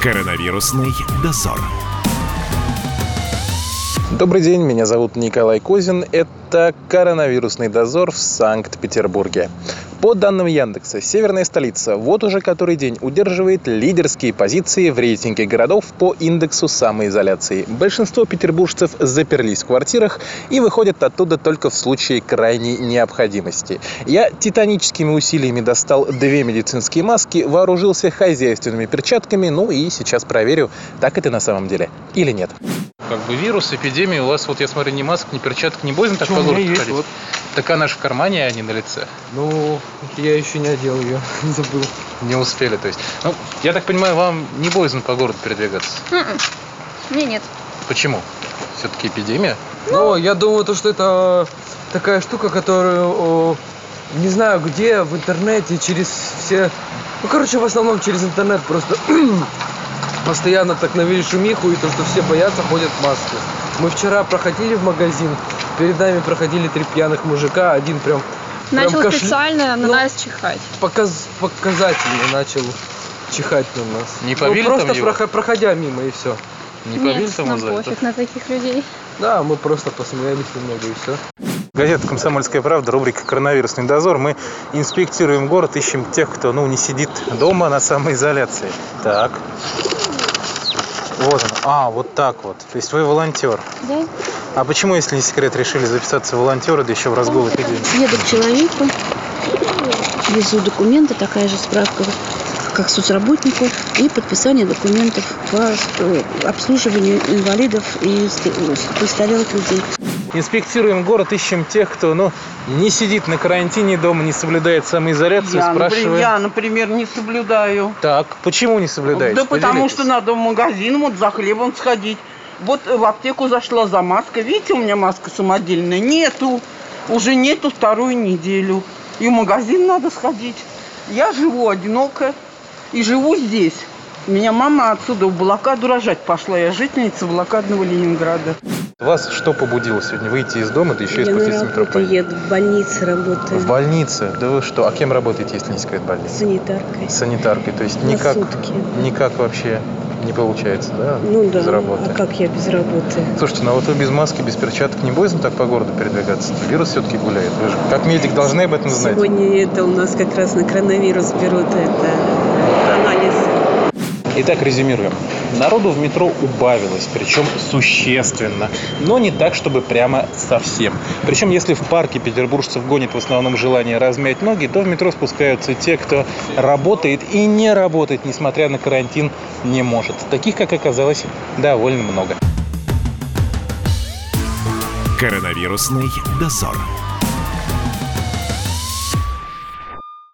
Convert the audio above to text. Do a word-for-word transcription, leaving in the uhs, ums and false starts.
Коронавирусный дозор. Добрый день, меня зовут Николай Козин. Это коронавирусный дозор в Санкт-Петербурге. По данным Яндекса, северная столица вот уже который день удерживает лидерские позиции в рейтинге городов по индексу самоизоляции. Большинство петербуржцев заперлись в квартирах и выходят оттуда только в случае крайней необходимости. Я титаническими усилиями достал две медицинские маски, вооружился хозяйственными перчатками, ну и сейчас проверю, так это на самом деле или нет. Как бы вирус, эпидемия, у вас, вот я смотрю, ни масок, ни перчаток, не боязно так по городу ходить? Вот. Так она же в кармане, а не на лице. Ну, я еще не одел ее, забыл. Не успели, то есть. Ну, я так понимаю, вам не боязно по городу передвигаться? Mm-mm. Мне нет. Почему? Все-таки эпидемия? Ну, я думаю, то, что это такая штука, которую, о, не знаю где, в интернете, через все... Ну, короче, в основном через интернет просто... Постоянно так навели шумиху, и то, что все боятся, ходят в маске. Мы вчера проходили в магазин, перед нами проходили три пьяных мужика, один прям... Начал прям кашля... специально на ну, нас чихать. Показ... Показательно начал чихать на нас. Не побили ну, там просто его? Про... проходя мимо, и все. Не побили Нет, там нам за пофиг это? на таких людей. Да, мы просто посмеялись немного, и все. Газета «Комсомольская правда», рубрика «Коронавирусный дозор». Мы инспектируем город, ищем тех, кто ну, не сидит дома на самоизоляции. Так. Вот он. А, вот так вот. То есть вы волонтер. Да. А почему, если не секрет, решили записаться в волонтеры, да еще в разгул эпидемии? Еду к человеку, везу документы, такая же справка, как соцработнику, и подписание документов по обслуживанию инвалидов и престарелых людей. Инспектируем город, ищем тех, кто ну, не сидит на карантине дома, не соблюдает самоизоляцию, Я, спрашиваем. например, я, например, не соблюдаю. Так, почему не соблюдаете? Да потому Поделитесь. что надо в магазин вот за хлебом сходить. Вот в аптеку зашла за маской. Видите, у меня маска самодельная. Нету. Уже нету вторую неделю. И в магазин надо сходить. Я живу одиноко и живу здесь. Меня мама отсюда в блокаду рожать пошла. Я жительница блокадного Ленинграда. Вас что побудило сегодня выйти из дома, да еще и Я спуститься на в метро? работу еду, в больнице работаю. В больнице? Да вы что? А кем работаете, если не секрет, в больнице? Санитаркой. Санитаркой, то есть На никак, сутки. никак вообще не получается, да? Ну да, Без работы. а как я без работы? Слушайте, ну а вот вы без маски, без перчаток не боязно так по городу передвигаться? Вирус все-таки гуляет. Вы же как медик должны об этом знать. Сегодня это у нас как раз на коронавирус берут это анализ. Итак, резюмируем. Народу в метро убавилось, причем существенно, но не так, чтобы прямо совсем. Причем, если в парке петербуржцев гонит в основном желание размять ноги, то в метро спускаются те, кто работает и не работает, несмотря на карантин, не может. Таких, как оказалось, довольно много. Коронавирусный дозор.